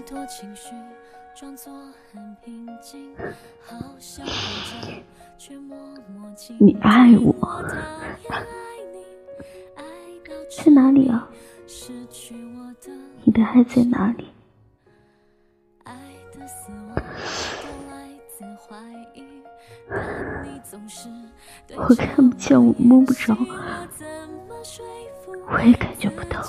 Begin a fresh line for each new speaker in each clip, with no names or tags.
多情绪装作很平静，好像活着却默默静。
你爱我？在哪里啊？你的爱在哪里？我看不见，我摸不着，我也感觉不到。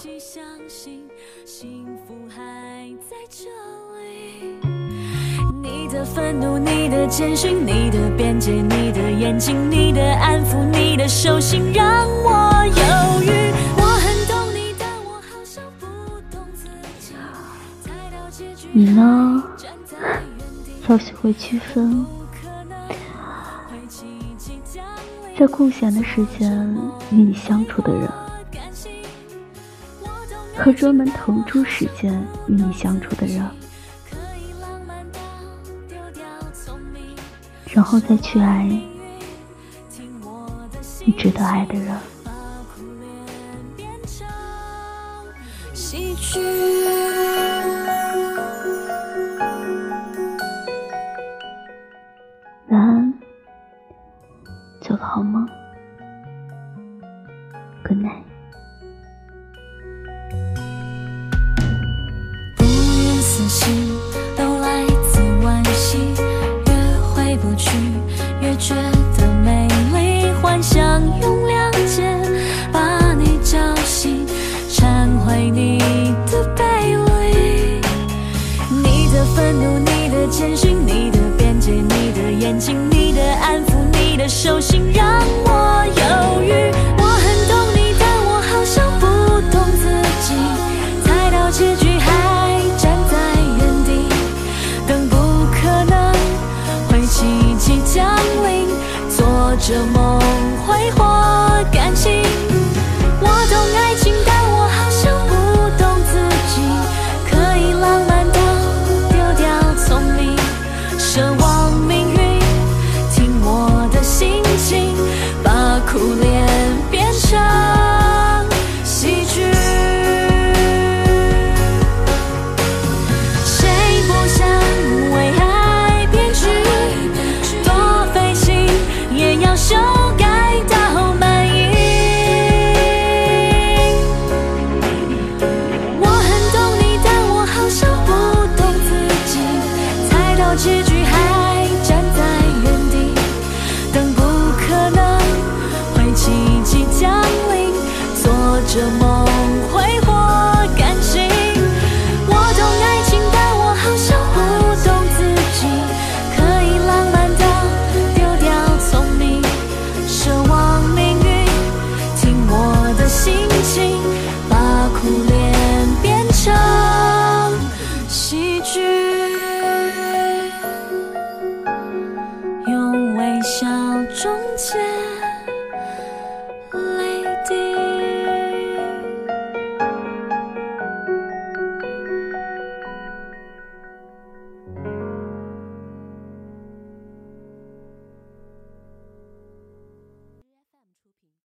你的愤怒，你的谦逊，你的边界，你的眼睛，你的安抚，你的手心，让我犹豫。我很懂你，但我好像不懂自己。
你呢？要学会区分，在空闲的时间与你相处的人，和专门腾出时间与你相处的人，然后再去爱你值得爱的人。
喜剧
晚安，做个好梦。Good night。
不愿死心，都来自惋惜。越回不去，越觉得美丽。幻想用两肩把你叫醒，忏悔你的卑微。你的愤怒，你的谦逊，你的边界，你的眼睛，你的安抚，你的手心，让我犹豫。我很懂你，但我好像不懂自己。猜到结局还站在原地，等不可能会奇迹降临，做着梦挥霍。